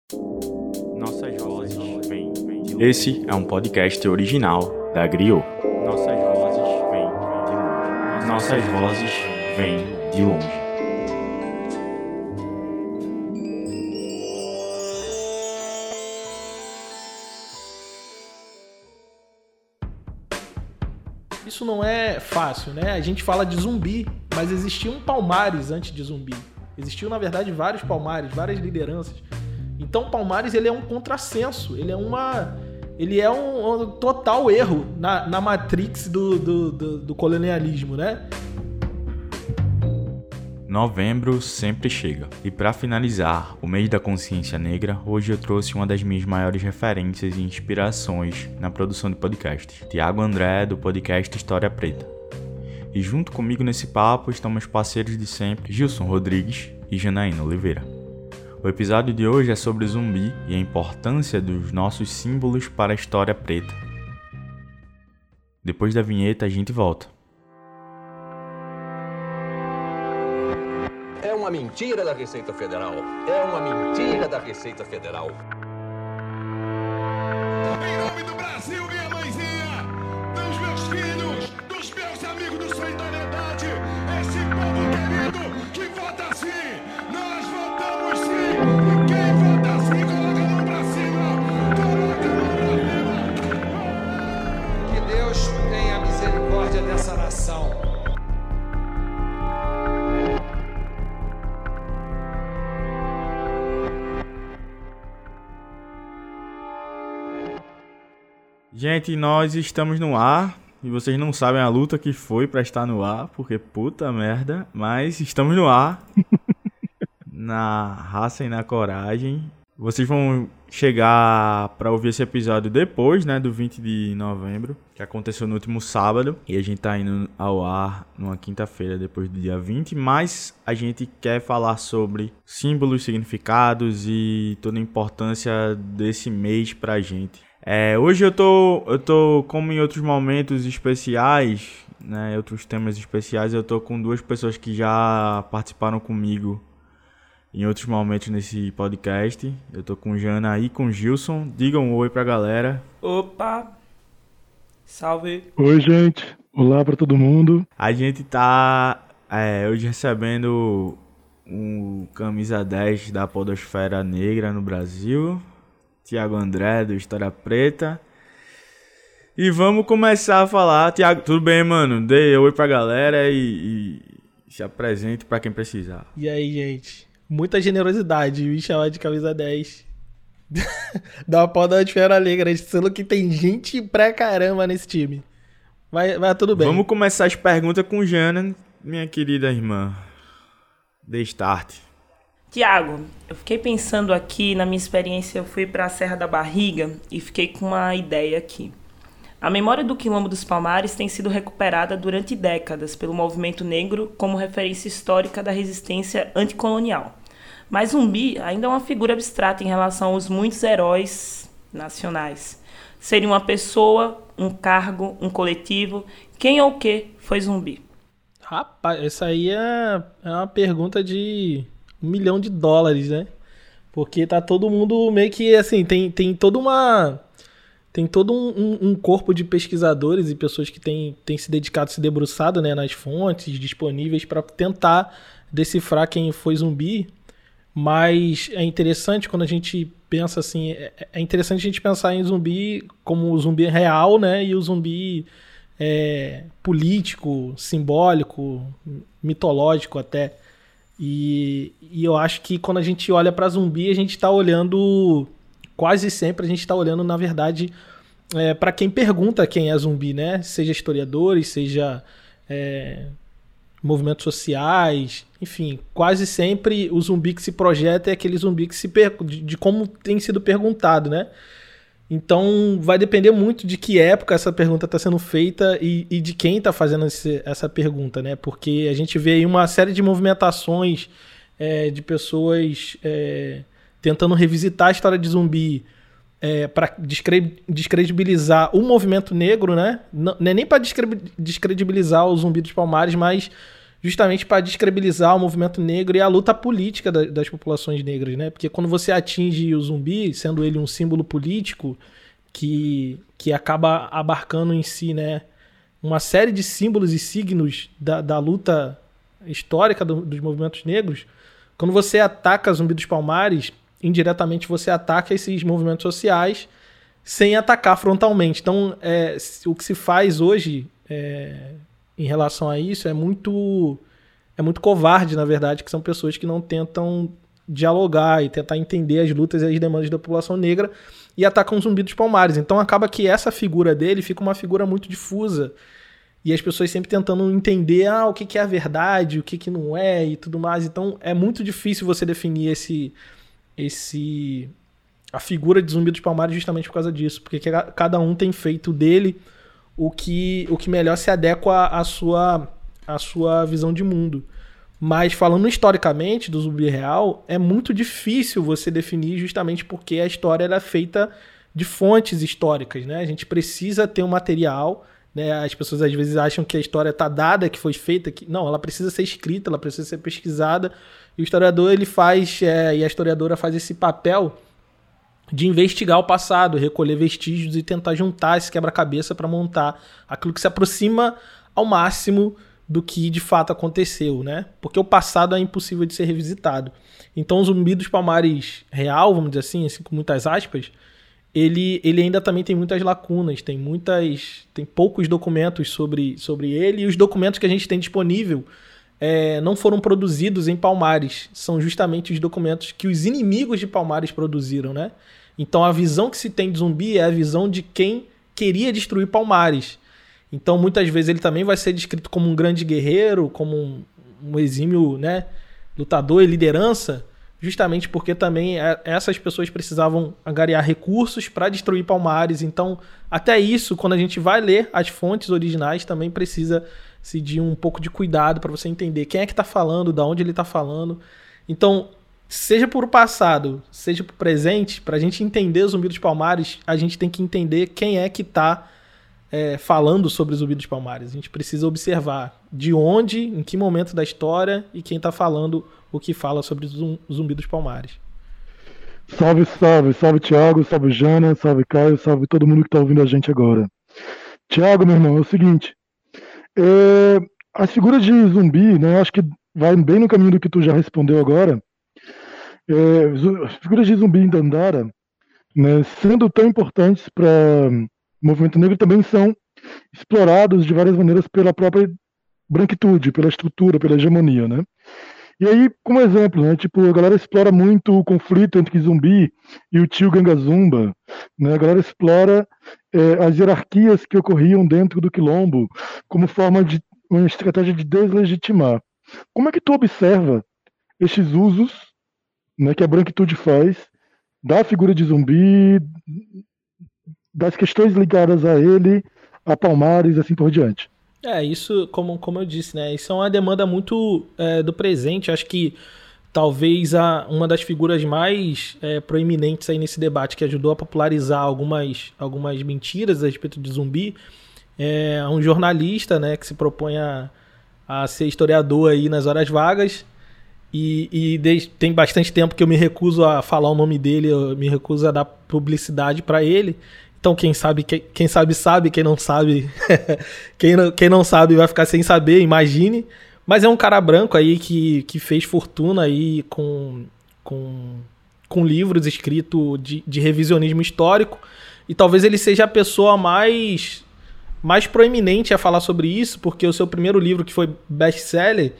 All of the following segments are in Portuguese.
Nossas vozes vêm de longe. Esse é um podcast original da Griot. Nossas vozes vêm de longe. Nossas vozes vêm de longe. Isso não é fácil, né? A gente fala de zumbi, mas existia um Palmares antes de zumbi. Existiam, na verdade, vários Palmares, várias lideranças. Então, o Palmares, ele é um contrassenso, ele é um total erro na matrix do colonialismo, né? Novembro sempre chega. E para finalizar o mês da consciência negra, hoje eu trouxe uma das minhas maiores referências e inspirações na produção de podcasts, Tiago André, do podcast História Preta. E junto comigo nesse papo estão meus parceiros de sempre, Gilson Rodrigues e Janaína Oliveira. O episódio de hoje é sobre zumbi e a importância dos nossos símbolos para a história preta. Depois da vinheta a gente volta. É uma mentira da Receita Federal. É uma mentira da Receita Federal. Em nome do Brasil, minha mãezinha, dos meus filhos, dos meus amigos do Solidariedade, esse povo querido que vota assim, nós votamos sim. Quem vota assim, coloca a mão pra cima. Coloca a mão pra cima. Que Deus tenha misericórdia dessa nação. Gente, nós estamos no ar e vocês não sabem a luta que foi pra estar no ar, porque puta merda, mas estamos no ar, na raça e na coragem. Vocês vão chegar pra ouvir esse episódio depois, né, do 20 de novembro, que aconteceu no último sábado, e a gente tá indo ao ar numa quinta-feira depois do dia 20, mas a gente quer falar sobre símbolos, significados e toda a importância desse mês pra gente. Hoje eu tô, como em outros momentos especiais, né, outros temas especiais, eu tô com duas pessoas que já participaram comigo em outros momentos nesse podcast. Eu tô com Jana e com Gilson. Digam um oi pra galera. Opa! Salve! Oi, gente. Olá pra todo mundo. A gente tá hoje recebendo um camisa 10 da podosfera negra no Brasil, Tiago André, do História Preta. E vamos começar a falar. Tiago, tudo bem, mano? Dê oi pra galera e se apresente pra quem precisar. E aí, gente? Muita generosidade me chamar de camisa 10 da podosfera negra, sendo que tem gente pra caramba nesse time. Vai tudo bem. Vamos começar as perguntas com Jana, minha querida irmã. Dê start. Tiago, eu fiquei pensando aqui, na minha experiência, eu fui para a Serra da Barriga e fiquei com uma ideia aqui. A memória do Quilombo dos Palmares tem sido recuperada durante décadas pelo movimento negro como referência histórica da resistência anticolonial. Mas zumbi ainda é uma figura abstrata em relação aos muitos heróis nacionais. Seria uma pessoa, um cargo, um coletivo? Quem ou o que foi zumbi? Rapaz, essa aí é uma pergunta de $1 milhão, né? Porque tá todo mundo meio que assim, tem todo um corpo de pesquisadores e pessoas que têm se dedicado, se debruçado, né, nas fontes disponíveis para tentar decifrar quem foi zumbi. Mas é interessante quando a gente pensa assim, é interessante a gente pensar em zumbi como o zumbi real, né, e o zumbi político, simbólico, mitológico até. E eu acho que quando a gente olha para zumbi, a gente está olhando, quase sempre a gente está olhando, na verdade, para quem pergunta quem é zumbi, né? Seja historiadores, seja movimentos sociais, enfim, quase sempre o zumbi que se projeta é aquele zumbi que de como tem sido perguntado, né? Então vai depender muito de que época essa pergunta está sendo feita e de quem está fazendo essa pergunta, né? Porque a gente vê aí uma série de movimentações de pessoas tentando revisitar a história de zumbi para descredibilizar o movimento negro, né? Não é nem para descredibilizar o Zumbi dos Palmares, mas justamente para descredibilizar o movimento negro e a luta política das populações negras, né? Porque quando você atinge o zumbi, sendo ele um símbolo político que acaba abarcando em si, né, uma série de símbolos e signos da luta histórica dos movimentos negros, quando você ataca Zumbi dos Palmares, indiretamente você ataca esses movimentos sociais sem atacar frontalmente. Então, o que se faz hoje em relação a isso é muito covarde, na verdade, que são pessoas que não tentam dialogar e tentar entender as lutas e as demandas da população negra e atacam o Zumbi dos Palmares. Então acaba que essa figura dele fica uma figura muito difusa e as pessoas sempre tentando entender o que é a verdade, o que não é e tudo mais. Então é muito difícil você definir a figura de Zumbi dos Palmares justamente por causa disso, porque cada um tem feito dele o que melhor se adequa à sua visão de mundo. Mas falando historicamente do zumbi real, é muito difícil você definir justamente porque a história ela é feita de fontes históricas, né? A gente precisa ter um material, né? As pessoas às vezes acham que a história está dada, que foi feita, não, ela precisa ser escrita, ela precisa ser pesquisada, e o historiador ele faz, e a historiadora faz esse papel de investigar o passado, recolher vestígios e tentar juntar esse quebra-cabeça para montar aquilo que se aproxima ao máximo do que de fato aconteceu, né? Porque o passado é impossível de ser revisitado. Então o Zumbi dos Palmares real, vamos dizer assim com muitas aspas, ele ainda também tem muitas lacunas, tem poucos documentos sobre ele, e os documentos que a gente tem disponível não foram produzidos em Palmares, são justamente os documentos que os inimigos de Palmares produziram, né? Então a visão que se tem de zumbi é a visão de quem queria destruir Palmares. Então, muitas vezes, ele também vai ser descrito como um grande guerreiro, como um exímio, né, lutador e liderança, justamente porque também essas pessoas precisavam angariar recursos para destruir Palmares. Então, até isso, quando a gente vai ler as fontes originais, também precisa se de um pouco de cuidado para você entender quem é que está falando, de onde ele está falando. Então, seja por passado, seja por presente, para a gente entender o Zumbi dos Palmares, a gente tem que entender quem é que está falando sobre o Zumbi dos Palmares. A gente precisa observar de onde, em que momento da história e quem está falando o que fala sobre o Zumbi dos Palmares. Salve, salve, salve Thiago, salve Jana, salve Caio, salve todo mundo que está ouvindo a gente agora. Thiago, meu irmão, é o seguinte, as figuras de zumbi, né, acho que vai bem no caminho do que tu já respondeu agora. As figuras de zumbi em Dandara, né, sendo tão importantes para o movimento negro, também são explorados de várias maneiras pela própria branquitude, pela estrutura, pela hegemonia, né? E aí, como exemplo, né, tipo, a galera explora muito o conflito entre Zumbi e o tio Gangazumba, né? A galera explora as hierarquias que ocorriam dentro do quilombo como forma de uma estratégia de deslegitimar. Como é que tu observa estes usos, né, que a branquitude faz da figura de Zumbi, das questões ligadas a ele, a Palmares e assim por diante? Isso, como eu disse, né? Isso é uma demanda muito do presente. Acho que talvez uma das figuras mais proeminentes aí nesse debate, que ajudou a popularizar algumas mentiras a respeito de zumbi, é um jornalista, né, que se propõe a ser historiador aí nas horas vagas. Tem bastante tempo que eu me recuso a falar o nome dele, eu me recuso a dar publicidade para ele. Então quem sabe, quem não sabe, quem não sabe vai ficar sem saber, imagine. Mas é um cara branco aí que fez fortuna aí com livros escritos de revisionismo histórico. E talvez ele seja a pessoa mais proeminente a falar sobre isso, porque o seu primeiro livro, que foi best-seller,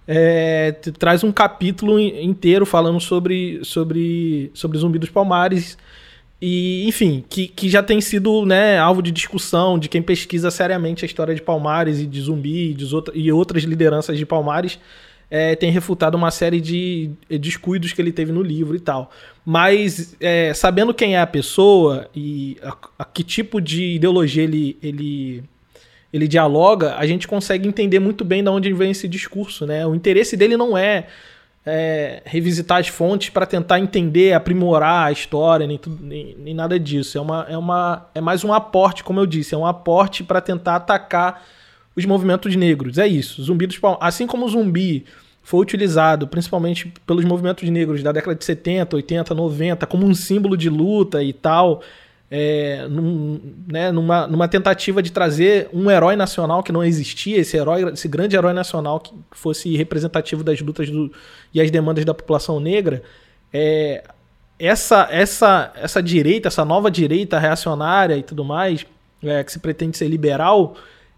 traz um capítulo inteiro falando sobre Zumbi dos Palmares. E, enfim, que já tem sido, né, alvo de discussão de quem pesquisa seriamente a história de Palmares e de Zumbi e outras lideranças de Palmares, tem refutado uma série de descuidos que ele teve no livro e tal. Mas, sabendo quem é a pessoa e a que tipo de ideologia ele dialoga, a gente consegue entender muito bem de onde vem esse discurso, né? O interesse dele não é revisitar as fontes para tentar entender, aprimorar a história, nem nada disso. É mais um aporte, como eu disse, é um aporte para tentar atacar os movimentos negros. É isso. Zumbi dos Palmares. Assim como o zumbi foi utilizado principalmente pelos movimentos negros da década de 70, 80, 90 como um símbolo de luta e tal, numa tentativa de trazer um herói nacional que não existia, esse grande herói nacional que fosse representativo das lutas e as demandas da população negra, essa direita, essa nova direita reacionária e tudo mais, que se pretende ser liberal,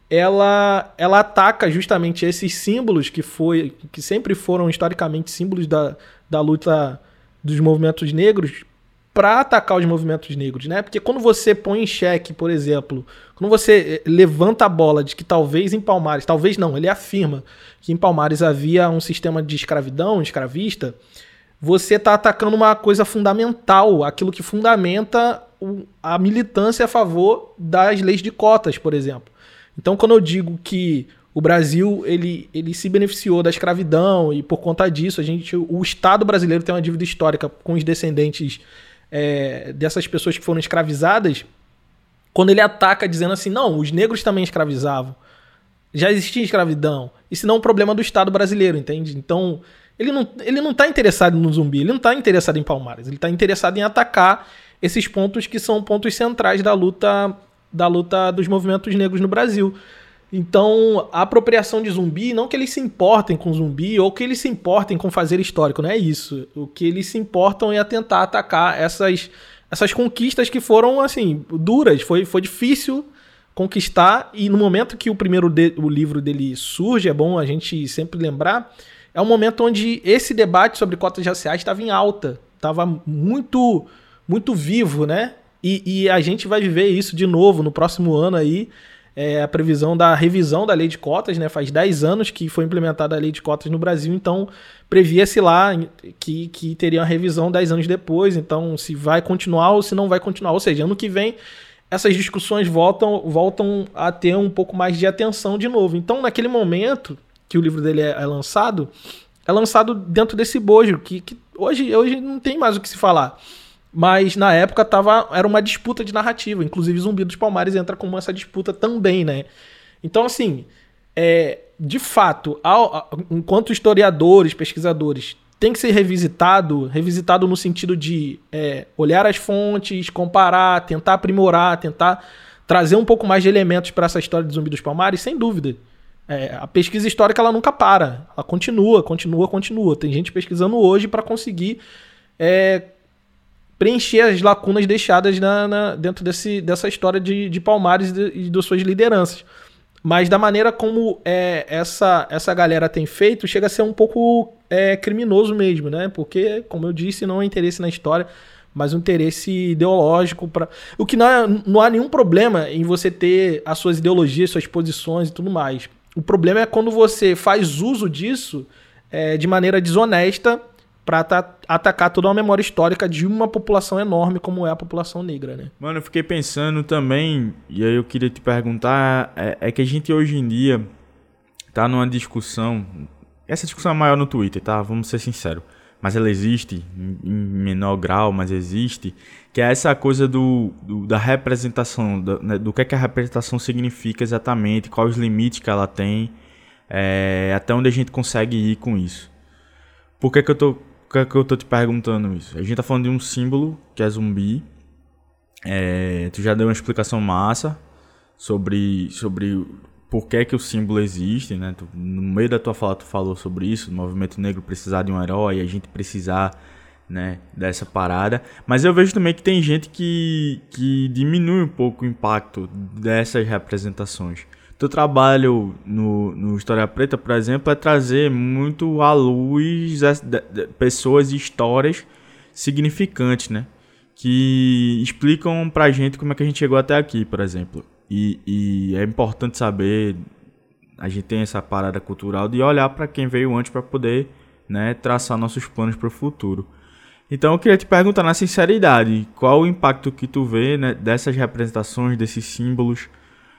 ela ataca justamente esses símbolos que sempre foram historicamente símbolos da luta dos movimentos negros, para atacar os movimentos negros, né? Porque quando você põe em xeque, por exemplo, quando você levanta a bola de que talvez em Palmares, talvez não, ele afirma que em Palmares havia um sistema de escravidão, escravista, você está atacando uma coisa fundamental, aquilo que fundamenta a militância a favor das leis de cotas, por exemplo. Então, quando eu digo que o Brasil ele se beneficiou da escravidão e por conta disso o Estado brasileiro tem uma dívida histórica com os descendentes dessas pessoas que foram escravizadas, quando ele ataca dizendo assim, não, os negros também escravizavam, já existia escravidão, isso não é um problema do Estado brasileiro, entende? Então, ele não está interessado no zumbi, ele não está interessado em Palmares, ele está interessado em atacar esses pontos que são pontos centrais da luta dos movimentos negros no Brasil. Então, a apropriação de zumbi, não que eles se importem com zumbi ou que eles se importem com fazer histórico, não é isso. O que eles se importam é tentar atacar essas conquistas que foram, assim, duras. Foi difícil conquistar, e no momento que o livro dele surge, é bom a gente sempre lembrar, é um momento onde esse debate sobre cotas raciais estava em alta, estava muito, muito vivo, né? E a gente vai viver isso de novo no próximo ano aí, a previsão da revisão da lei de cotas, né? Faz 10 anos que foi implementada a lei de cotas no Brasil, então previa-se lá que teria uma revisão 10 anos depois, então se vai continuar ou se não vai continuar. Ou seja, ano que vem essas discussões voltam a ter um pouco mais de atenção de novo. Então, naquele momento que o livro dele é lançado dentro desse bojo, que hoje não tem mais o que se falar. Mas na época era uma disputa de narrativa. Inclusive Zumbi dos Palmares entra como essa disputa também, né? Então, assim, de fato, enquanto historiadores, pesquisadores, tem que ser revisitado no sentido de olhar as fontes, comparar, tentar aprimorar, tentar trazer um pouco mais de elementos para essa história de Zumbi dos Palmares, sem dúvida. A pesquisa histórica ela nunca para, ela continua. Tem gente pesquisando hoje para conseguir preencher as lacunas deixadas dentro dessa história de Palmares e das suas lideranças. Mas da maneira como essa galera tem feito, chega a ser um pouco criminoso mesmo, né? Porque, como eu disse, não é interesse na história, mas um interesse ideológico. O que não há nenhum problema em você ter as suas ideologias, suas posições e tudo mais. O problema é quando você faz uso disso de maneira desonesta para atacar toda uma memória histórica de uma população enorme como é a população negra, né? Mano, eu fiquei pensando também, e aí eu queria te perguntar, que a gente hoje em dia tá numa discussão, essa discussão é maior no Twitter, tá? Vamos ser sinceros, mas ela existe, em menor grau, mas existe, que é essa coisa da representação, do que a representação significa exatamente, quais os limites que ela tem, até onde a gente consegue ir com isso. Por que eu tô te perguntando isso? A gente tá falando de um símbolo, que é zumbi. Tu já deu uma explicação massa sobre por que o símbolo existe, né? No meio da tua fala tu falou sobre isso, o movimento negro precisar de um herói, a gente precisar, né, dessa parada. Mas eu vejo também que tem gente que diminui um pouco o impacto dessas representações. Teu trabalho no História Preta, por exemplo, é trazer muito à luz pessoas e histórias significantes, né? Que explicam pra gente como é que a gente chegou até aqui, por exemplo. E é importante saber, a gente tem essa parada cultural de olhar para quem veio antes para poder, né, traçar nossos planos para o futuro. Então eu queria te perguntar na sinceridade, qual o impacto que tu vê, né, dessas representações, desses símbolos,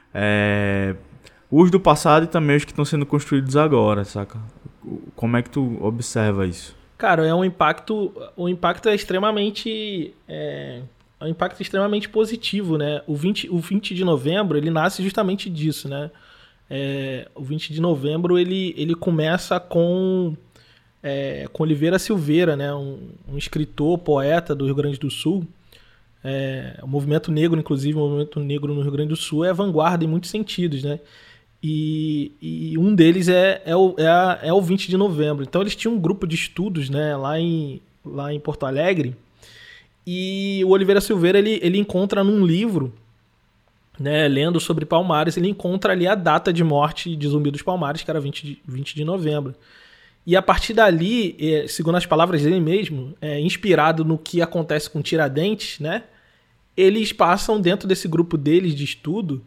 os do passado e também os que estão sendo construídos agora, saca? Como é que tu observa isso? Cara, o impacto é extremamente um impacto extremamente positivo, né? O 20 de novembro, ele nasce justamente disso, né? o 20 de novembro ele começa com Oliveira Silveira, né? Um escritor, poeta do Rio Grande do Sul. O movimento negro, inclusive, o movimento negro no Rio Grande do Sul é vanguarda em muitos sentidos, né? E um deles é o 20 de novembro. Então eles tinham um grupo de estudos, né, lá em Porto Alegre, e o Oliveira Silveira ele encontra num livro, né, lendo sobre Palmares, ele encontra ali a data de morte de Zumbi dos Palmares, que era 20 de novembro. E a partir dali, segundo as palavras dele mesmo, inspirado no que acontece com Tiradentes, né, eles passam dentro desse grupo deles de estudo,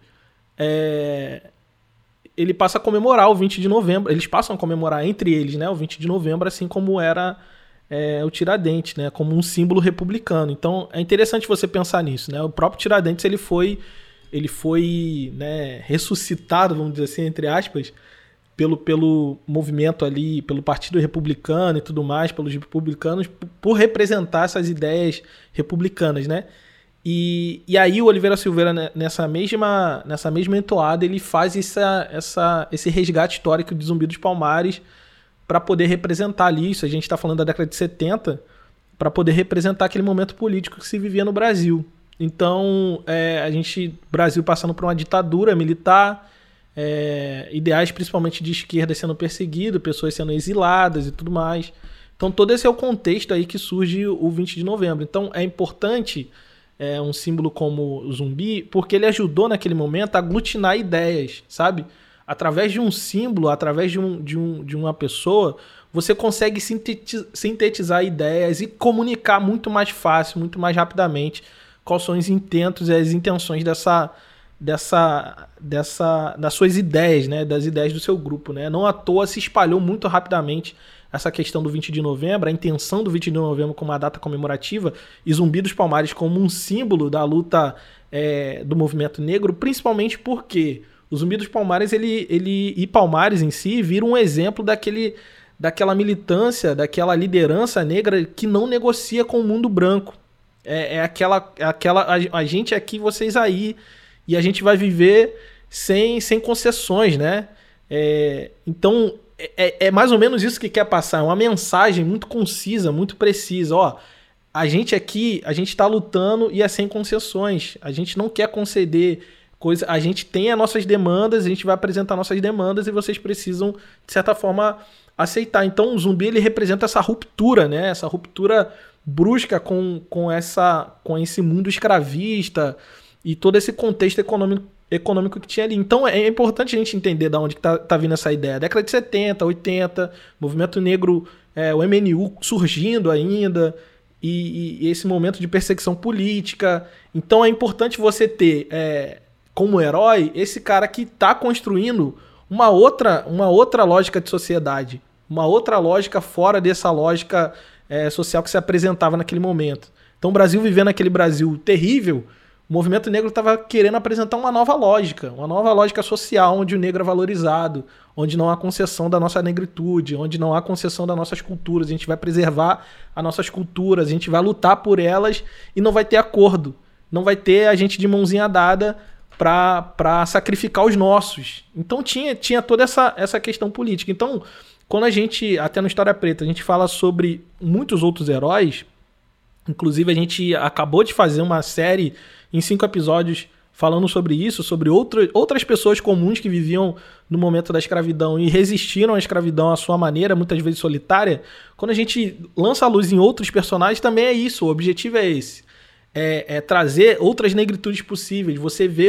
ele passa a comemorar o 20 de novembro, eles passam a comemorar entre eles, né, o 20 de novembro, assim como era o Tiradentes, né, como um símbolo republicano. Então é interessante você pensar nisso, né? O próprio Tiradentes ele foi né, ressuscitado, vamos dizer assim, entre aspas, pelo movimento ali, pelo Partido Republicano e tudo mais, pelos republicanos, por representar essas ideias republicanas, né? E aí o Oliveira Silveira, nessa mesma entoada, ele faz esse resgate histórico de Zumbi dos Palmares para poder representar ali isso. A gente está falando da década de 70, para poder representar aquele momento político que se vivia no Brasil. Então, Brasil passando por uma ditadura militar, ideais principalmente de esquerda sendo perseguidos, pessoas sendo exiladas e tudo mais. Então, todo esse é o contexto aí que surge o 20 de novembro. Então, é importante um símbolo como o Zumbi, porque ele ajudou naquele momento a aglutinar ideias, sabe? Através de um símbolo, através de uma pessoa, você consegue sintetizar ideias e comunicar muito mais fácil, muito mais rapidamente quais são os intentos e as intenções das suas ideias, né? Das ideias do seu grupo, né? Não à toa se espalhou muito rapidamente essa questão do 20 de novembro, a intenção do 20 de novembro como uma data comemorativa e Zumbi dos Palmares como um símbolo da luta do movimento negro, principalmente porque o Zumbi dos Palmares e Palmares em si viram um exemplo daquela militância, daquela liderança negra que não negocia com o mundo branco. A gente aqui, vocês aí, e a gente vai viver sem concessões, né? Então, é mais ou menos isso que quer passar, é uma mensagem muito concisa, muito precisa. Ó, a gente aqui, a gente está lutando e é sem concessões, a gente não quer conceder coisa, a gente tem as nossas demandas, a gente vai apresentar nossas demandas e vocês precisam, de certa forma, aceitar. Então o Zumbi ele representa essa ruptura, né? Essa ruptura brusca com esse mundo escravista e todo esse contexto econômico que tinha ali. Então é importante a gente entender de onde tá vindo essa ideia. Década de 70, 80, movimento negro, o MNU surgindo ainda, e esse momento de perseguição política. Então é importante você ter como herói esse cara que está construindo uma outra lógica de sociedade, uma outra lógica fora dessa lógica social que se apresentava naquele momento. Então o Brasil vivendo aquele Brasil terrível, o movimento negro estava querendo apresentar uma nova lógica social, onde o negro é valorizado, onde não há concessão da nossa negritude, onde não há concessão das nossas culturas. A gente vai preservar as nossas culturas, a gente vai lutar por elas e não vai ter acordo, não vai ter a gente de mãozinha dada para sacrificar os nossos. Então tinha toda essa questão política. Então, quando a gente, até no História Preta, a gente fala sobre muitos outros heróis, inclusive a gente acabou de fazer uma série em 5 episódios falando sobre isso, sobre outras pessoas comuns que viviam no momento da escravidão e resistiram à escravidão à sua maneira, muitas vezes solitária. Quando a gente lança a luz em outros personagens, também é isso, o objetivo é esse. Trazer outras negritudes possíveis, você vê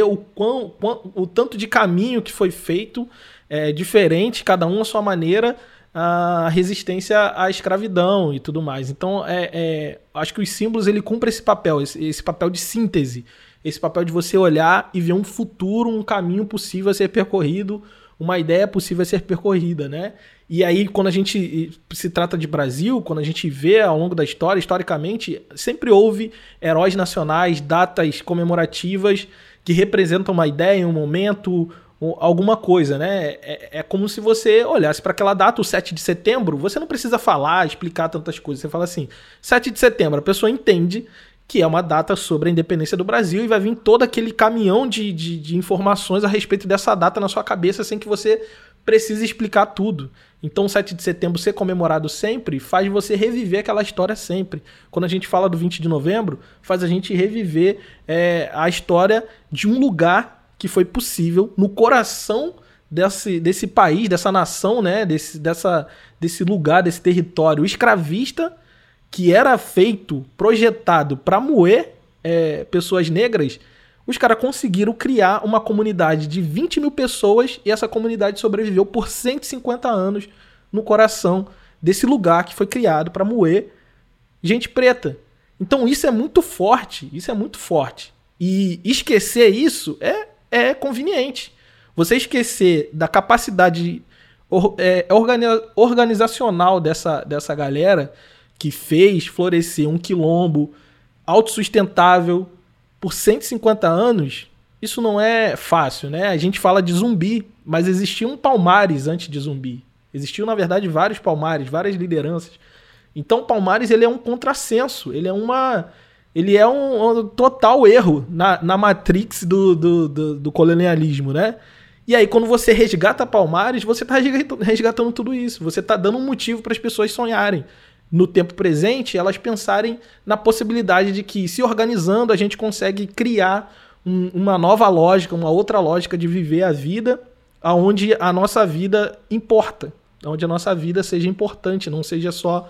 o tanto de caminho que foi feito, diferente, cada um à sua maneira, a resistência à escravidão e tudo mais. Então, acho que os símbolos ele cumpre esse papel, esse papel de síntese, esse papel de você olhar e ver um futuro, um caminho possível a ser percorrido, uma ideia possível a ser percorrida, né? E aí, quando a gente se trata de Brasil, quando a gente vê ao longo da história, historicamente, sempre houve heróis nacionais, datas comemorativas que representam uma ideia, um momento, alguma coisa, né? É como se você olhasse para aquela data, o 7 de setembro, você não precisa falar, explicar tantas coisas. Você fala assim, 7 de setembro, a pessoa entende que é uma data sobre a independência do Brasil, e vai vir todo aquele caminhão de informações a respeito dessa data na sua cabeça sem que você precise explicar tudo. Então o 7 de setembro ser comemorado sempre faz você reviver aquela história sempre. Quando a gente fala do 20 de novembro, faz a gente reviver a história de um lugar que foi possível no coração desse país, dessa nação, né? desse lugar, desse território escravista, que era projetado para moer pessoas negras. Os caras conseguiram criar uma comunidade de 20 mil pessoas, e essa comunidade sobreviveu por 150 anos no coração desse lugar que foi criado para moer gente preta. Então isso é muito forte, E esquecer isso é conveniente. Você esquecer da capacidade organizacional dessa galera que fez florescer um quilombo autossustentável por 150 anos, isso não é fácil, né? A gente fala de Zumbi, mas existia um Palmares antes de Zumbi. Existiam, na verdade, vários Palmares, várias lideranças. Então, Palmares, ele é um contrassenso, ele é um total erro na matrix do colonialismo, né? E aí, quando você resgata Palmares, você está resgatando tudo isso. Você está dando um motivo para as pessoas sonharem. No tempo presente, elas pensarem na possibilidade de que, se organizando, a gente consegue criar uma nova lógica, uma outra lógica de viver a vida, onde a nossa vida importa, onde a nossa vida seja importante, não seja só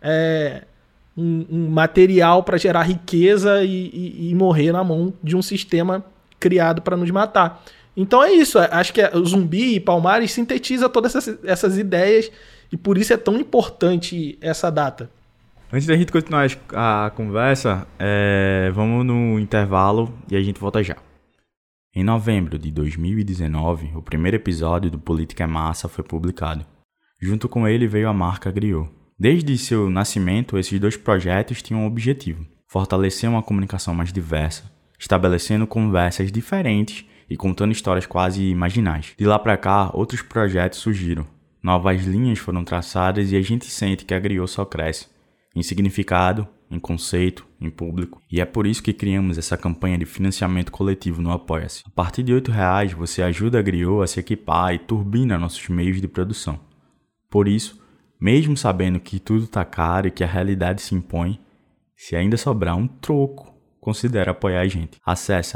um material para gerar riqueza e morrer na mão de um sistema criado para nos matar. Então é isso, acho que o Zumbi e Palmares sintetiza todas essas ideias, e por isso é tão importante essa data. Antes da gente continuar a conversa, vamos no intervalo e a gente volta já. Em novembro de 2019, o primeiro episódio do Política é Massa foi publicado. Junto com ele veio a marca Griot. Desde seu nascimento, esses dois projetos tinham um objetivo: fortalecer uma comunicação mais diversa, estabelecendo conversas diferentes e contando histórias quase imaginais. De lá pra cá, outros projetos surgiram. Novas linhas foram traçadas e a gente sente que a Griot só cresce, em significado, em conceito, em público. E é por isso que criamos essa campanha de financiamento coletivo no Apoia-se. A partir de R$8 você ajuda a Griot a se equipar e turbina nossos meios de produção. Por isso, mesmo sabendo que tudo tá caro e que a realidade se impõe, se ainda sobrar um troco, considere apoiar a gente. Acesse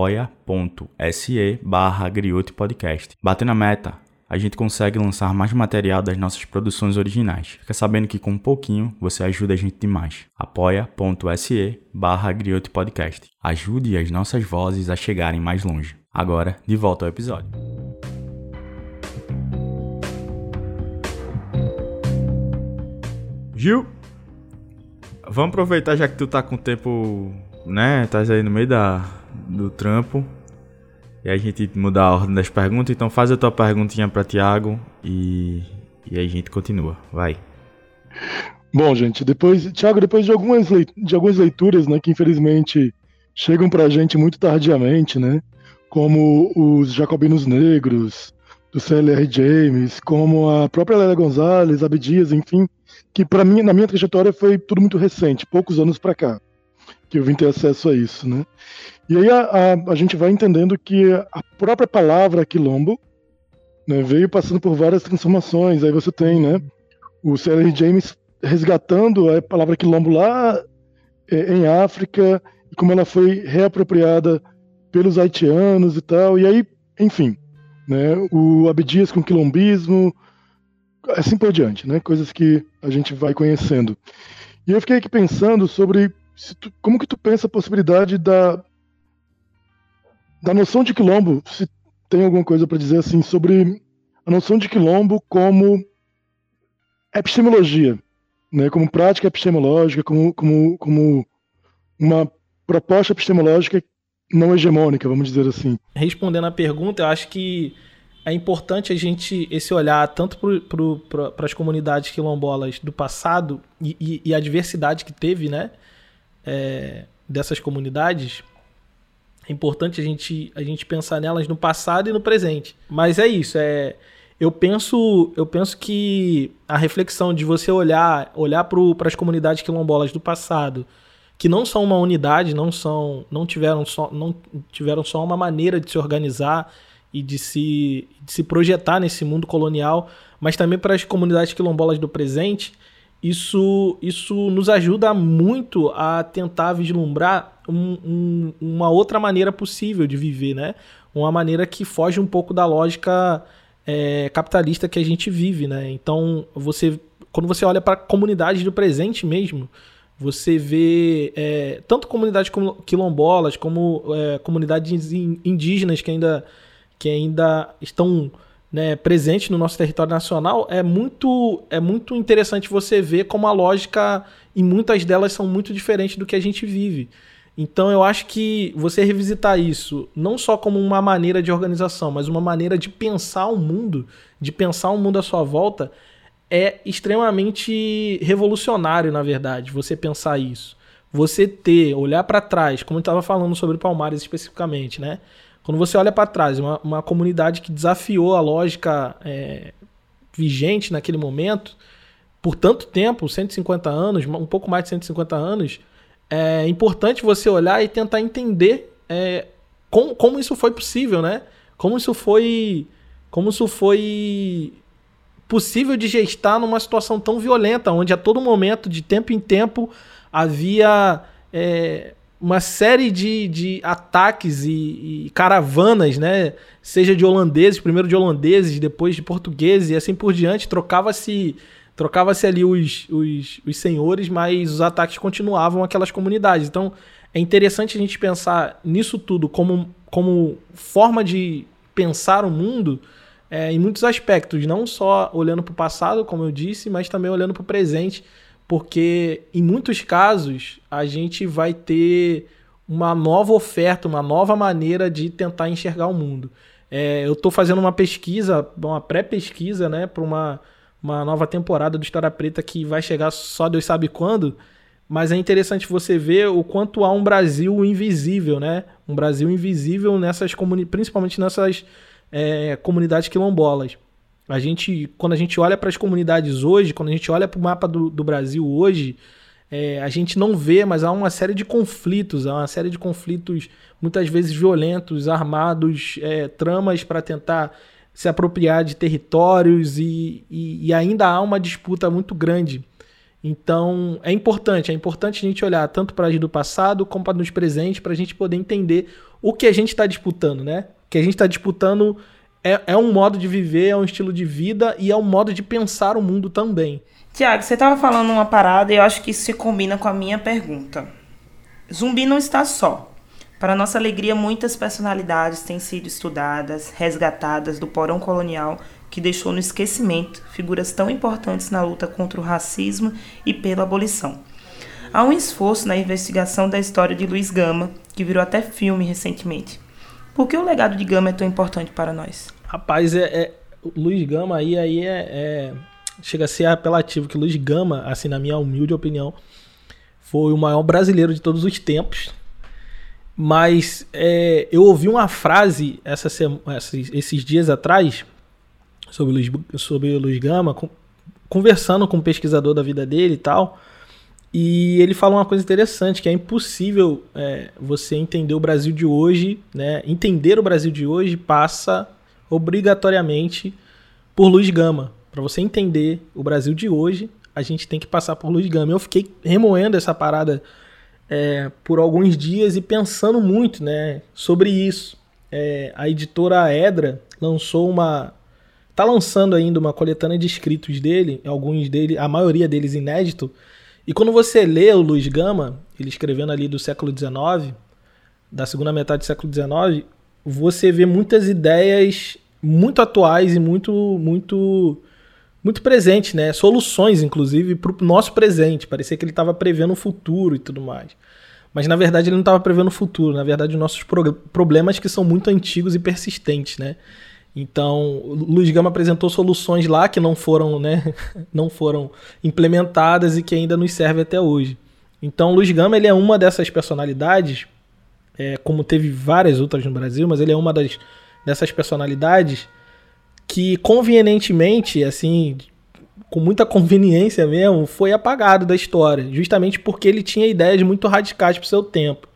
apoia.se/griotpodcast. Batendo a meta, a gente consegue lançar mais material das nossas produções originais. Fica sabendo que com um pouquinho você ajuda a gente demais. apoia.se/griotpodcast. Ajude as nossas vozes a chegarem mais longe. Agora, de volta ao episódio. Gil, vamos aproveitar já que tu tá com tempo, né? Tá aí no meio do trampo. E a gente mudar a ordem das perguntas, então faz a tua perguntinha para Thiago e aí a gente continua, vai. Bom, gente, Thiago, depois de algumas leituras, né, que infelizmente chegam pra gente muito tardiamente, né, como os Jacobinos Negros, do C.L.R. James, como a própria Lélia Gonzalez, Abdias, enfim, que para mim, na minha trajetória, foi tudo muito recente, poucos anos para cá, que eu vim ter acesso a isso, né. E aí a gente vai entendendo que a própria palavra quilombo, né, veio passando por várias transformações. Aí você tem, né, o C.L.R. James resgatando a palavra quilombo lá em África, e como ela foi reapropriada pelos haitianos e tal. E aí, enfim, né, o Abdias com quilombismo, assim por diante, né, coisas que a gente vai conhecendo. E eu fiquei aqui pensando sobre como que tu pensa a possibilidade da noção de quilombo, se tem alguma coisa para dizer assim sobre a noção de quilombo como epistemologia, né, como prática epistemológica, como uma proposta epistemológica não hegemônica, vamos dizer assim. Respondendo à pergunta, eu acho que é importante esse olhar tanto para as comunidades quilombolas do passado e a diversidade que teve, né, dessas comunidades. É importante a gente pensar nelas no passado e no presente. Mas é isso, eu penso que a reflexão de você olhar para as comunidades quilombolas do passado que não são uma unidade, não tiveram só uma maneira de se organizar e de se projetar nesse mundo colonial, mas também para as comunidades quilombolas do presente. Isso nos ajuda muito a tentar vislumbrar uma outra maneira possível de viver, né? Uma maneira que foge um pouco da lógica capitalista que a gente vive, né? Então, quando você olha para comunidades do presente mesmo, você vê tanto comunidades quilombolas como comunidades indígenas que ainda estão, né, presentes no nosso território nacional. É muito interessante você ver como a lógica, em muitas delas, são muito diferentes do que a gente vive. Então eu acho que você revisitar isso, não só como uma maneira de organização, mas uma maneira de pensar o mundo, à sua volta, é extremamente revolucionário, na verdade, você pensar isso. Você olhar para trás, como eu estava falando sobre Palmares especificamente, né? Quando você olha para trás, uma comunidade que desafiou a lógica vigente naquele momento, por tanto tempo, 150 anos, um pouco mais de 150 anos, é importante você olhar e tentar entender como isso foi possível, né? Como isso foi possível de gestar numa situação tão violenta, onde a todo momento, de tempo em tempo, havia uma série de ataques e caravanas, né? Seja de holandeses, primeiro de holandeses, depois de portugueses e assim por diante. Trocava-se ali os senhores, mas os ataques continuavam àquelas comunidades. Então é interessante a gente pensar nisso tudo como forma de pensar o mundo, em muitos aspectos, não só olhando para o passado, como eu disse, mas também olhando para o presente, porque em muitos casos a gente vai ter uma nova oferta, uma nova maneira de tentar enxergar o mundo. Eu estou fazendo uma pesquisa, uma pré-pesquisa, né, para uma nova temporada do História Preta que vai chegar só Deus sabe quando, mas é interessante você ver o quanto há um Brasil invisível, né? Um Brasil invisível principalmente nessas comunidades quilombolas. Quando a gente olha para as comunidades hoje, quando a gente olha para o mapa do Brasil hoje, a gente não vê, mas há uma série de conflitos, muitas vezes violentos, armados, tramas para tentar se apropriar de territórios e ainda há uma disputa muito grande. Então é importante a gente olhar tanto para as do passado como para os presentes, para a gente poder entender o que a gente está disputando, né? O que a gente está disputando é um modo de viver, é um estilo de vida e é um modo de pensar o mundo também. Tiago, você estava falando uma parada e eu acho que isso se combina com a minha pergunta. Zumbi não está só. Para nossa alegria, muitas personalidades têm sido estudadas, resgatadas do porão colonial que deixou no esquecimento figuras tão importantes na luta contra o racismo e pela abolição. Há um esforço na investigação da história de Luiz Gama, que virou até filme recentemente. Por que o legado de Gama é tão importante para nós? Rapaz, Luiz Gama aí chega a ser apelativo, que Luiz Gama, assim, na minha humilde opinião, foi o maior brasileiro de todos os tempos. Mas eu ouvi uma frase esses dias atrás sobre o Luiz Gama, conversando com um pesquisador da vida dele e tal, e ele fala uma coisa interessante, que é impossível você entender o Brasil de hoje, né? Entender o Brasil de hoje passa obrigatoriamente por Luiz Gama. Para você entender o Brasil de hoje, a gente tem que passar por Luiz Gama. Eu fiquei remoendo essa parada por alguns dias e pensando muito, né, sobre isso. A editora Edra está lançando ainda uma coletânea de escritos dele, a maioria deles inédito. E quando você lê o Luiz Gama, ele escrevendo ali do século XIX, da segunda metade do século XIX, você vê muitas ideias muito atuais e muito, muito, muito presentes, né? Soluções, inclusive, para o nosso presente. Parecia que ele estava prevendo o futuro e tudo mais. Mas, na verdade, ele não estava prevendo o futuro. Na verdade, os nossos problemas que são muito antigos e persistentes, né? Então, o Luiz Gama apresentou soluções lá que não foram, né, não foram implementadas e que ainda nos servem até hoje. Então, o Luiz Gama, ele é uma dessas personalidades, como teve várias outras no Brasil, mas ele é uma dessas personalidades que, convenientemente, assim, com muita conveniência mesmo, foi apagado da história, justamente porque ele tinha ideias muito radicais para o seu tempo.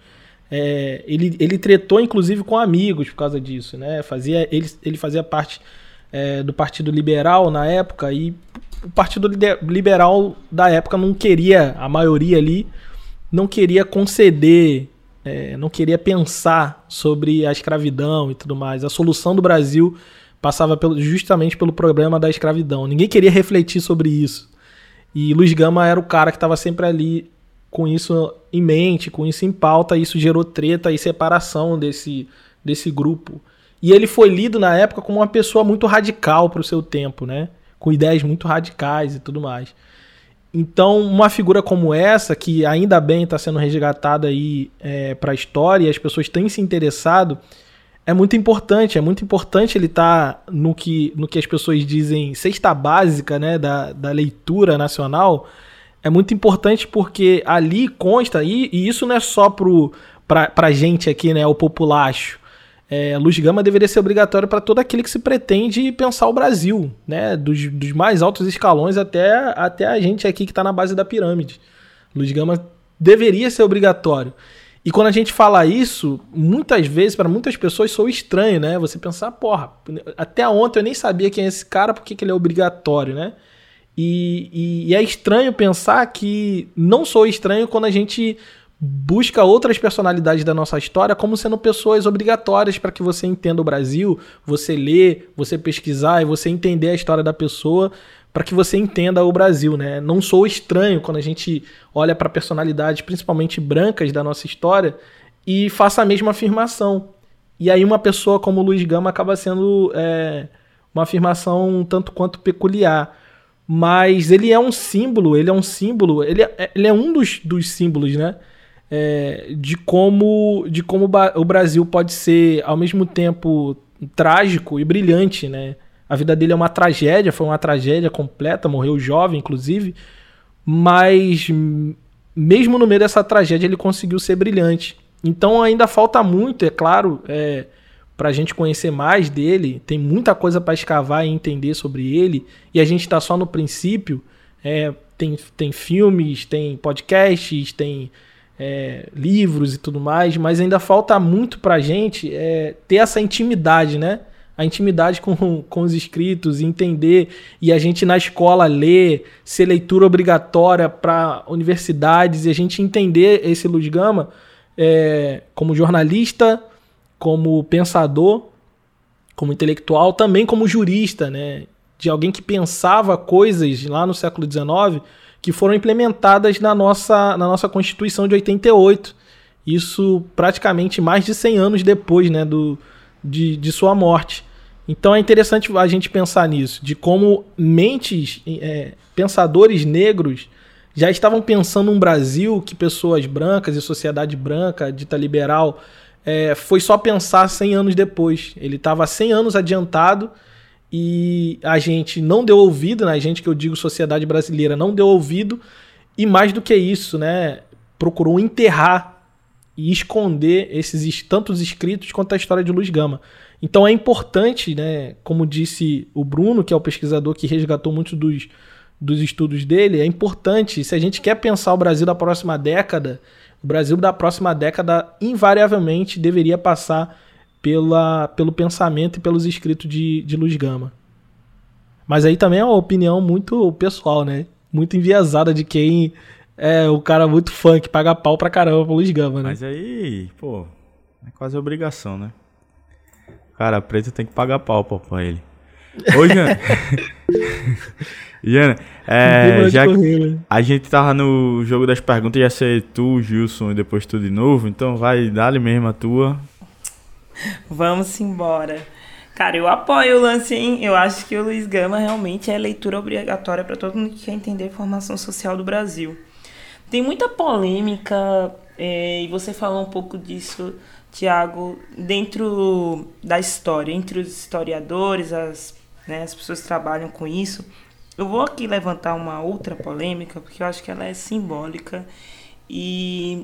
Ele tretou, inclusive, com amigos por causa disso, né? Ele fazia parte do Partido Liberal na época, e o Partido Liberal da época não queria, a maioria ali, não queria conceder, não queria pensar sobre a escravidão e tudo mais. A solução do Brasil passava justamente pelo problema da escravidão. Ninguém queria refletir sobre isso. E Luiz Gama era o cara que estava sempre ali com isso em mente, com isso em pauta, e isso gerou treta e separação desse grupo. E ele foi lido na época como uma pessoa muito radical para o seu tempo, né? Com ideias muito radicais e tudo mais. Então, uma figura como essa, que ainda bem está sendo resgatada aí para a história, e as pessoas têm se interessado, é muito importante ele estar no que as pessoas dizem cesta básica, né, da leitura nacional. É muito importante porque ali consta, e isso não é só pra gente aqui, né, o populacho. Luiz Gama deveria ser obrigatório para todo aquele que se pretende pensar o Brasil, né, dos mais altos escalões até a gente aqui que está na base da pirâmide. Luiz Gama deveria ser obrigatório. E quando a gente fala isso, muitas vezes, para muitas pessoas, soa estranho, né? Você pensar, porra, até ontem eu nem sabia quem é esse cara, por que ele é obrigatório, né? E é estranho pensar que não soa estranho quando a gente busca outras personalidades da nossa história como sendo pessoas obrigatórias para que você entenda o Brasil, você ler, você pesquisar e você entender a história da pessoa, para que você entenda o Brasil, né? Não sou estranho quando a gente olha para personalidades, principalmente brancas da nossa história, e faça a mesma afirmação. E aí uma pessoa como Luiz Gama acaba sendo uma afirmação um tanto quanto peculiar. Mas ele é um símbolo, ele é um dos símbolos, né? De como o Brasil pode ser, ao mesmo tempo, trágico e brilhante, né? A vida dele é uma tragédia, foi uma tragédia completa, morreu jovem, inclusive, mas mesmo no meio dessa tragédia ele conseguiu ser brilhante. Então ainda falta muito, é claro, para a gente conhecer mais dele, tem muita coisa para escavar e entender sobre ele, e a gente está só no princípio. Tem filmes, tem podcasts, tem livros e tudo mais, mas ainda falta muito para a gente ter essa intimidade, né? A intimidade com os escritos, entender, e a gente na escola ler, ser leitura obrigatória para universidades, e a gente entender esse Luiz Gama como jornalista, como pensador, como intelectual, também como jurista, né? De alguém que pensava coisas lá no século XIX que foram implementadas na nossa Constituição de 88. Isso praticamente mais de 100 anos depois, né, de sua morte. Então é interessante a gente pensar nisso, de como pensadores negros já estavam pensando um Brasil que pessoas brancas e sociedade branca, dita liberal, foi só pensar 100 anos depois. Ele estava 100 anos adiantado e a gente não deu ouvido, né? A gente, que eu digo sociedade brasileira, não deu ouvido, e mais do que isso, né, procurou enterrar e esconder esses tantos escritos quanto a história de Luiz Gama. Então é importante, né, como disse o Bruno, que é o pesquisador que resgatou muitos dos estudos dele, é importante, se a gente quer pensar o Brasil da próxima década, o Brasil da próxima década invariavelmente deveria passar pelo pensamento e pelos escritos de Luiz Gama. Mas aí também é uma opinião muito pessoal, né? Muito enviesada de quem é o cara muito fã, que paga pau pra caramba pro Luiz Gama, né? Mas aí, pô, é quase obrigação, né? O cara preto tem que pagar pau pra ele. Ô, Jana. Jana, já que a gente tava no jogo das perguntas, ia ser tu, Gilson, e depois tu de novo, então vai, dá-lhe mesmo a tua. Vamos embora. Cara, eu apoio o lance, hein? Eu acho que o Luiz Gama realmente é leitura obrigatória para todo mundo que quer entender a formação social do Brasil. Tem muita polêmica, e você falou um pouco disso, Thiago, dentro da história, entre os historiadores, as pessoas que trabalham com isso. Eu vou aqui levantar uma outra polêmica, porque eu acho que ela é simbólica e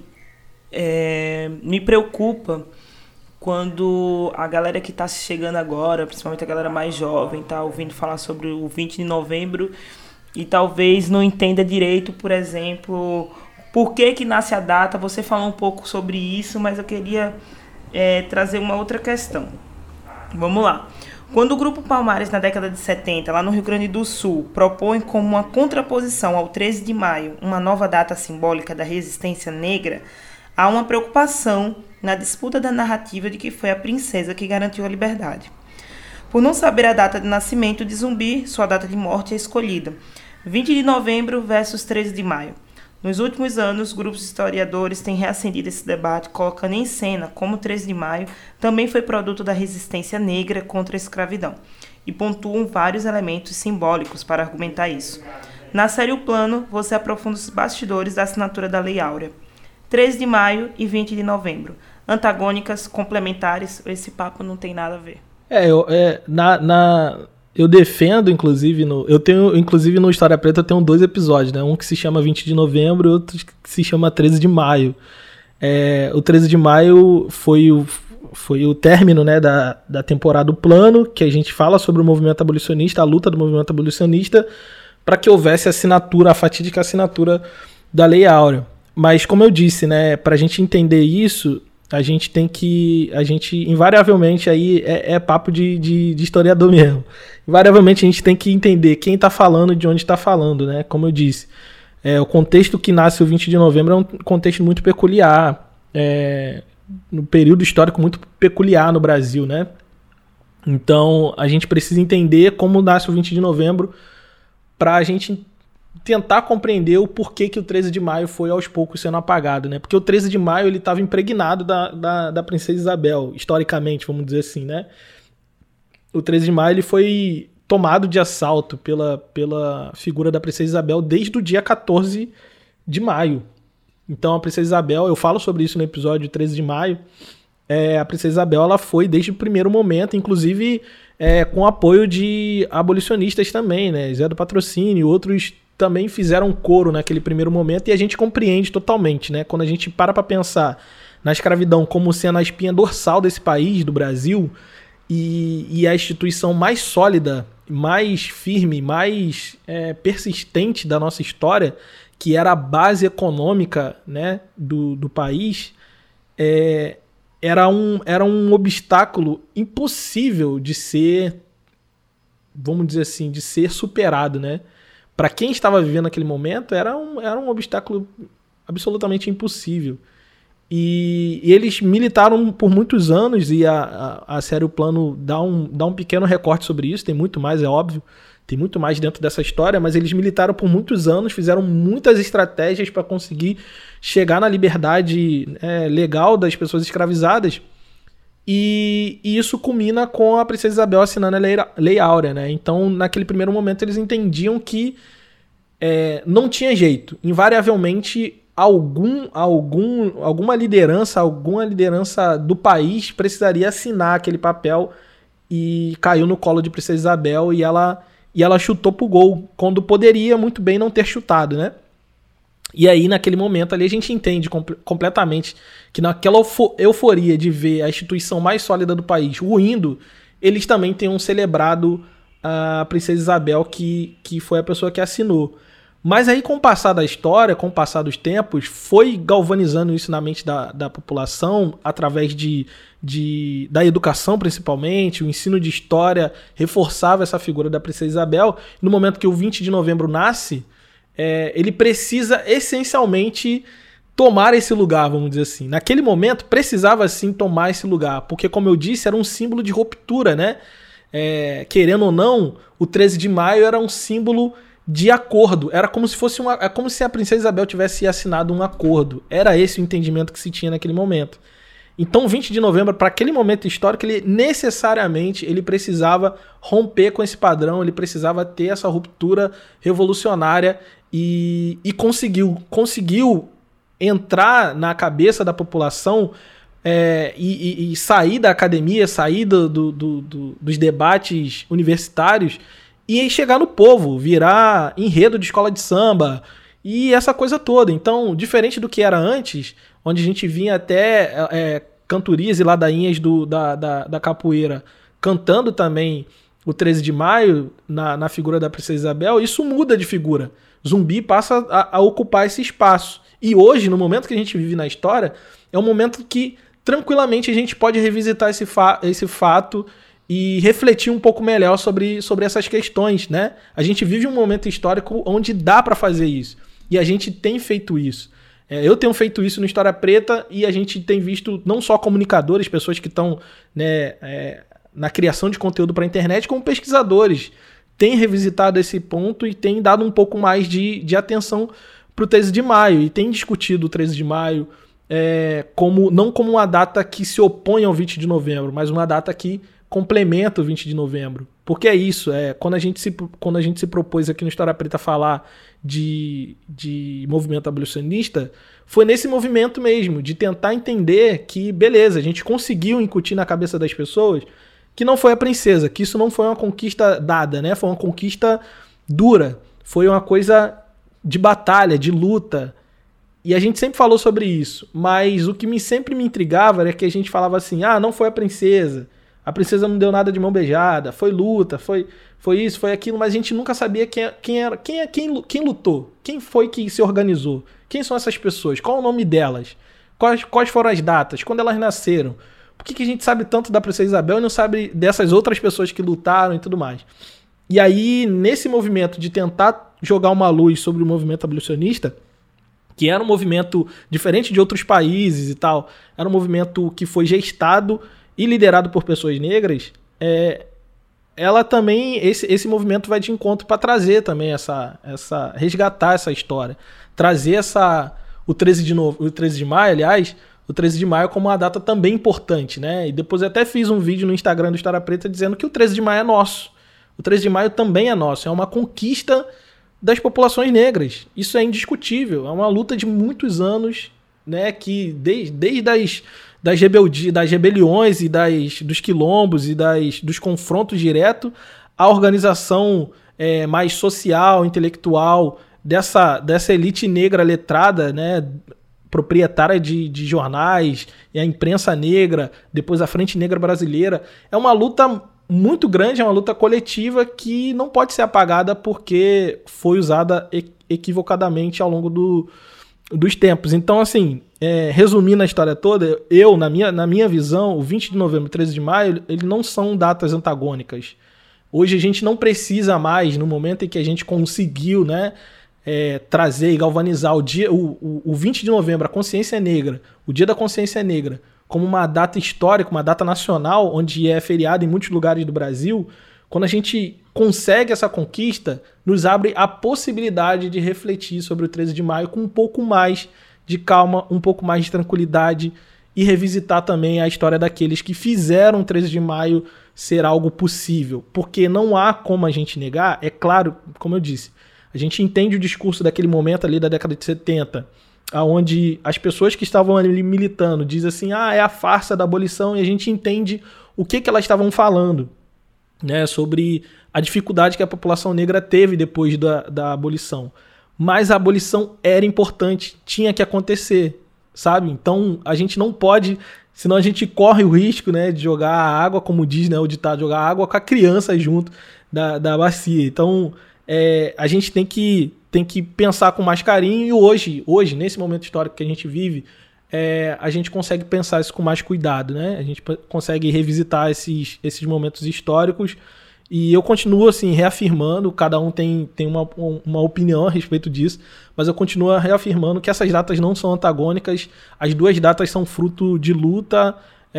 me preocupa quando a galera que está chegando agora, principalmente a galera mais jovem, está ouvindo falar sobre o 20 de novembro e talvez não entenda direito, por exemplo, por que nasce a data. Você falou um pouco sobre isso, mas eu queria trazer uma outra questão. Vamos lá. Quando o Grupo Palmares, na década de 70, lá no Rio Grande do Sul, propõe como uma contraposição ao 13 de maio uma nova data simbólica da resistência negra, há uma preocupação na disputa da narrativa de que foi a princesa que garantiu a liberdade. Por não saber a data de nascimento de Zumbi, sua data de morte é escolhida: 20 de novembro versus 13 de maio. Nos últimos anos, grupos historiadores têm reacendido esse debate, colocando em cena como 13 de maio também foi produto da resistência negra contra a escravidão, e pontuam vários elementos simbólicos para argumentar isso. Na série O Plano, você aprofunda os bastidores da assinatura da Lei Áurea. 13 de maio e 20 de novembro. Antagônicas, complementares, esse papo não tem nada a ver. Eu defendo, inclusive, inclusive no História Preta eu tenho 2 episódios, né? Um que se chama 20 de novembro e outro que se chama 13 de maio. O 13 de maio foi o término, né, da temporada do Plano, que a gente fala sobre o movimento abolicionista, a luta do movimento abolicionista, para que houvesse a fatídica assinatura da Lei Áurea. Mas, como eu disse, né, para a gente entender isso, a gente invariavelmente, aí é papo de historiador mesmo. Invariavelmente a gente tem que entender quem está falando e de onde está falando, né? Como eu disse, o contexto que nasce o 20 de novembro é um contexto muito peculiar, no período histórico muito peculiar no Brasil, né? Então a gente precisa entender como nasce o 20 de novembro para a gente tentar compreender o porquê que o 13 de maio foi aos poucos sendo apagado, né? Porque o 13 de maio ele estava impregnado da princesa Isabel, historicamente, vamos dizer assim, né? O 13 de maio ele foi tomado de assalto pela figura da princesa Isabel desde o dia 14 de maio. Então a princesa Isabel, eu falo sobre isso no episódio 13 de maio, a princesa Isabel ela foi desde o primeiro momento, inclusive com apoio de abolicionistas também, né? Zé do Patrocínio e outros também fizeram coro naquele primeiro momento, e a gente compreende totalmente, né? Quando a gente para pensar na escravidão como sendo a espinha dorsal desse país, do Brasil, e a instituição mais sólida, mais firme, mais persistente da nossa história, que era a base econômica, né, do país, era um obstáculo impossível de ser, vamos dizer assim, de ser superado, né? Para quem estava vivendo naquele momento, era um obstáculo absolutamente impossível. E eles militaram por muitos anos, e a série O Plano dá um pequeno recorte sobre isso, tem muito mais, é óbvio, tem muito mais dentro dessa história, mas eles militaram por muitos anos, fizeram muitas estratégias para conseguir chegar na liberdade legal das pessoas escravizadas, e isso culmina com a princesa Isabel assinando a Lei Áurea, né? Então, naquele primeiro momento, eles entendiam que não tinha jeito. Invariavelmente, alguma liderança do país precisaria assinar aquele papel, e caiu no colo de princesa Isabel, e ela chutou pro gol, quando poderia muito bem não ter chutado, né? E aí, naquele momento ali, a gente entende completamente que naquela euforia de ver a instituição mais sólida do país ruindo, eles também tenham celebrado a princesa Isabel, que foi a pessoa que assinou. Mas aí, com o passar da história, com o passar dos tempos, foi galvanizando isso na mente da população, através da educação, principalmente, o ensino de história reforçava essa figura da princesa Isabel. No momento que o 20 de novembro nasce, ele precisa essencialmente tomar esse lugar, vamos dizer assim. Naquele momento, precisava sim tomar esse lugar, porque, como eu disse, era um símbolo de ruptura, né? Querendo ou não, o 13 de maio era um símbolo de acordo. Era como se fosse como se a princesa Isabel tivesse assinado um acordo. Era esse o entendimento que se tinha naquele momento. Então, 20 de novembro, para aquele momento histórico, ele necessariamente precisava romper com esse padrão, ele precisava ter essa ruptura revolucionária, e conseguiu entrar na cabeça da população, e sair da academia, sair dos debates universitários e chegar no povo, virar enredo de escola de samba e essa coisa toda. Então, diferente do que era antes, onde a gente vinha até cantorias e ladainhas da capoeira cantando também o 13 de maio na figura da Princesa Isabel, isso muda de figura. Zumbi passa a ocupar esse espaço. E hoje, no momento que a gente vive na história, é um momento que tranquilamente a gente pode revisitar esse fato e refletir um pouco melhor sobre essas questões, né? A gente vive um momento histórico onde dá para fazer isso. E a gente tem feito isso. Eu tenho feito isso no História Preta e a gente tem visto não só comunicadores, pessoas que estão, né, na criação de conteúdo para a internet, como pesquisadores. Têm revisitado esse ponto e têm dado um pouco mais de atenção para o 13 de maio. E têm discutido o 13 de maio não como uma data que se opõe ao 20 de novembro, mas uma data que complementa o 20 de novembro. Porque é isso, quando a gente se propôs aqui no História Preta falar de movimento abolicionista, foi nesse movimento mesmo, de tentar entender que, beleza, a gente conseguiu incutir na cabeça das pessoas que não foi a princesa, que isso não foi uma conquista dada, né? Foi uma conquista dura, foi uma coisa de batalha, de luta. E a gente sempre falou sobre isso, mas o que sempre me intrigava era que a gente falava assim, não foi a princesa não deu nada de mão beijada, foi luta, foi isso, foi aquilo, mas a gente nunca sabia quem lutou, quem foi que se organizou, quem são essas pessoas, qual é o nome delas, quais foram as datas, quando elas nasceram, por que a gente sabe tanto da Princesa Isabel e não sabe dessas outras pessoas que lutaram e tudo mais. E aí, nesse movimento de tentar jogar uma luz sobre o movimento abolicionista, que era um movimento diferente de outros países e tal, era um movimento que foi gestado e liderado por pessoas negras, ela também, esse movimento vai de encontro para trazer também resgatar essa história, trazer o 13 de maio, aliás, o 13 de maio como uma data também importante, né? E depois eu até fiz um vídeo no Instagram do História Preta dizendo que o 13 de maio é nosso. O 13 de maio também é nosso, é uma conquista das populações negras. Isso é indiscutível, é uma luta de muitos anos, né? Que desde das rebeliões e dos quilombos e dos confrontos diretos, a organização mais social, intelectual dessa elite negra letrada, né, proprietária de jornais, e a imprensa negra, depois a Frente Negra Brasileira. É uma luta muito grande, é uma luta coletiva que não pode ser apagada porque foi usada equivocadamente ao longo dos tempos. Então, assim, resumindo a história toda, na minha visão, o 20 de novembro e 13 de maio, eles não são datas antagônicas. Hoje a gente não precisa mais, no momento em que a gente conseguiu, né, trazer e galvanizar o 20 de novembro, a consciência negra, o Dia da Consciência Negra, como uma data histórica, uma data nacional, onde é feriado em muitos lugares do Brasil. Quando a gente consegue essa conquista, nos abre a possibilidade de refletir sobre o 13 de maio com um pouco mais de calma, um pouco mais de tranquilidade e revisitar também a história daqueles que fizeram o 13 de maio ser algo possível. Porque não há como a gente negar, é claro, como eu disse, a gente entende o discurso daquele momento ali da década de 70, onde as pessoas que estavam ali militando dizem assim, é a farsa da abolição, e a gente entende o que elas estavam falando, né, sobre a dificuldade que a população negra teve depois da abolição. Mas a abolição era importante, tinha que acontecer, sabe? Então a gente não pode, senão a gente corre o risco, né, de jogar a água, como diz, né, o ditado, jogar água com a criança junto da bacia. Então a gente tem que pensar com mais carinho, e hoje, nesse momento histórico que a gente vive, a gente consegue pensar isso com mais cuidado, né? A gente consegue revisitar esses momentos históricos, e eu continuo assim reafirmando, cada um tem uma opinião a respeito disso, mas eu continuo reafirmando que essas datas não são antagônicas, as duas datas são fruto de luta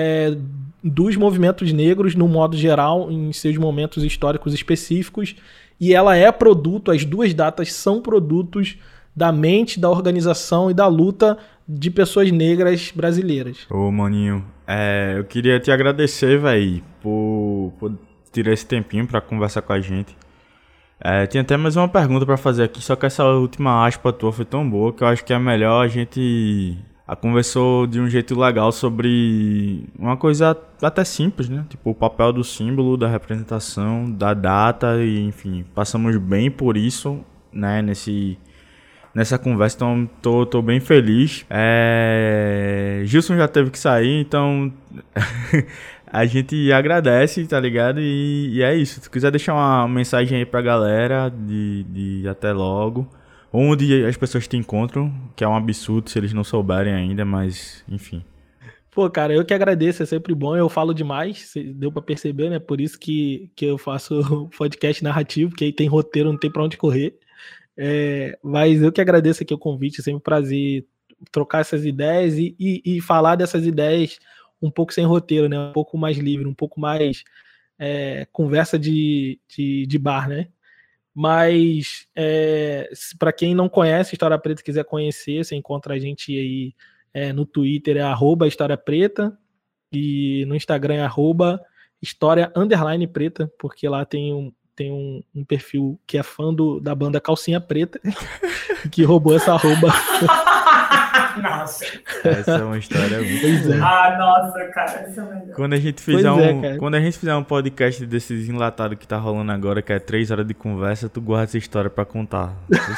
dos movimentos negros no modo geral, em seus momentos históricos específicos, e ela as duas datas são produtos da mente, da organização e da luta de pessoas negras brasileiras. Ô, maninho, eu queria te agradecer, velho, por tirar esse tempinho pra conversar com a gente. Tinha até mais uma pergunta pra fazer aqui, só que essa última aspa tua foi tão boa que eu acho que é melhor a gente conversou de um jeito legal sobre uma coisa até simples, né? Tipo, o papel do símbolo, da representação, da data, e enfim, passamos bem por isso, né, nessa conversa, então tô bem feliz. Gilson já teve que sair, então A gente agradece, tá ligado? E é isso. Se tu quiser deixar uma mensagem aí pra galera de até logo, onde as pessoas te encontram, que é um absurdo se eles não souberem ainda, mas enfim. Pô, cara, eu que agradeço, é sempre bom, eu falo demais, deu pra perceber, né? Por isso que eu faço podcast narrativo, que aí tem roteiro, não tem pra onde correr. Mas eu que agradeço aqui o convite, é sempre um prazer trocar essas ideias e falar dessas ideias um pouco sem roteiro, né? Um pouco mais livre, um pouco mais conversa de bar, né? Mas para quem não conhece História Preta e quiser conhecer, você encontra a gente aí no Twitter, @História Preta, e no Instagram é @História_Preta, porque lá tem um perfil que é fã da banda Calcinha Preta, que roubou essa arroba. Nossa. Essa é uma história muito boa. Nossa, cara, essa é melhor. Quando a gente fizer um podcast desses enlatados que tá rolando agora, que é 3 horas de conversa, tu guarda essa história pra contar.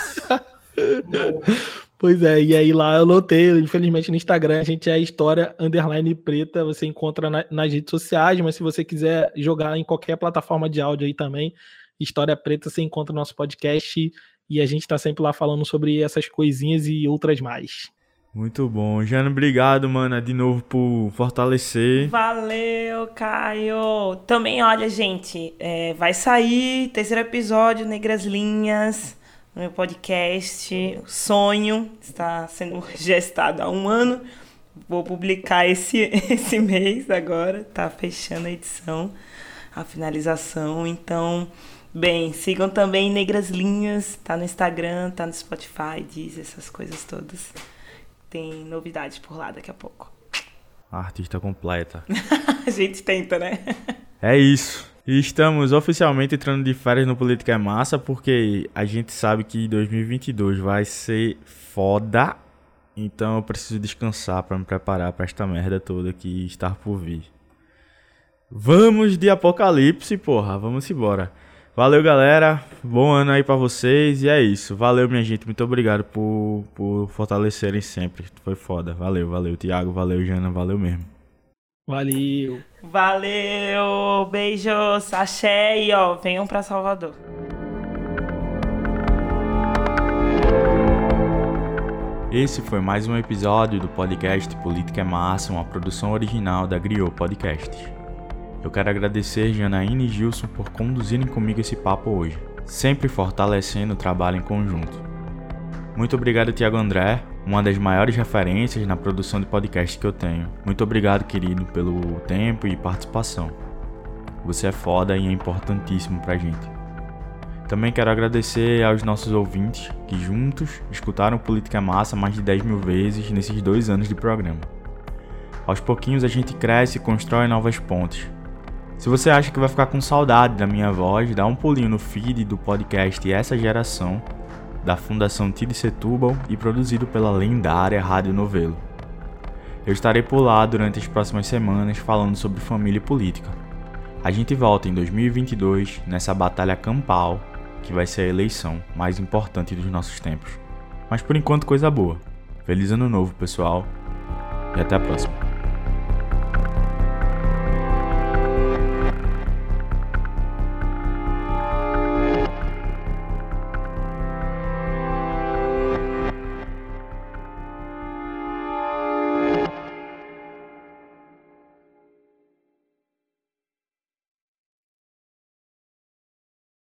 Pois é, e aí lá eu notei, infelizmente no Instagram a gente é História_Preta, você encontra nas redes sociais, mas se você quiser jogar em qualquer plataforma de áudio aí também, História Preta, você encontra o nosso podcast e a gente tá sempre lá falando sobre essas coisinhas e outras mais. Muito bom. Jana, obrigado, mano, de novo por fortalecer. Valeu, Caio. Também, olha, gente, vai sair 3º episódio, Negras Linhas, no meu podcast. O sonho está sendo gestado há 1 ano. Vou publicar esse mês agora. Tá fechando a edição, a finalização. Então, bem, sigam também Negras Linhas. Tá no Instagram, tá no Spotify, diz essas coisas todas. Tem novidades por lá daqui a pouco. A artista completa. A gente tenta, né? É isso. E estamos oficialmente entrando de férias no Política é Massa, porque a gente sabe que 2022 vai ser foda. Então eu preciso descansar pra me preparar pra esta merda toda que está por vir. Vamos de apocalipse, porra. Vamos embora. Valeu, galera. Bom ano aí pra vocês. E é isso. Valeu, minha gente. Muito obrigado por fortalecerem sempre. Foi foda. Valeu, Thiago. Valeu, Jana. Valeu mesmo. Valeu. Valeu. Beijos. Axé e venham pra Salvador. Esse foi mais um episódio do podcast Política é Massa, uma produção original da Griot Podcast. Eu quero agradecer Janaína e Gilson por conduzirem comigo esse papo hoje, sempre fortalecendo o trabalho em conjunto. Muito obrigado, Thiago André, uma das maiores referências na produção de podcast que eu tenho. Muito obrigado, querido, pelo tempo e participação. Você é foda e é importantíssimo pra gente. Também quero agradecer aos nossos ouvintes que juntos escutaram Política é Massa mais de 10 mil vezes nesses 2 anos de programa. Aos pouquinhos a gente cresce e constrói novas pontes. Se você acha que vai ficar com saudade da minha voz, dá um pulinho no feed do podcast Essa Geração, da Fundação Tide Setúbal e produzido pela lendária Rádio Novelo. Eu estarei por lá durante as próximas semanas falando sobre família e política. A gente volta em 2022 nessa batalha campal que vai ser a eleição mais importante dos nossos tempos. Mas por enquanto coisa boa. Feliz ano novo, pessoal, e até a próxima.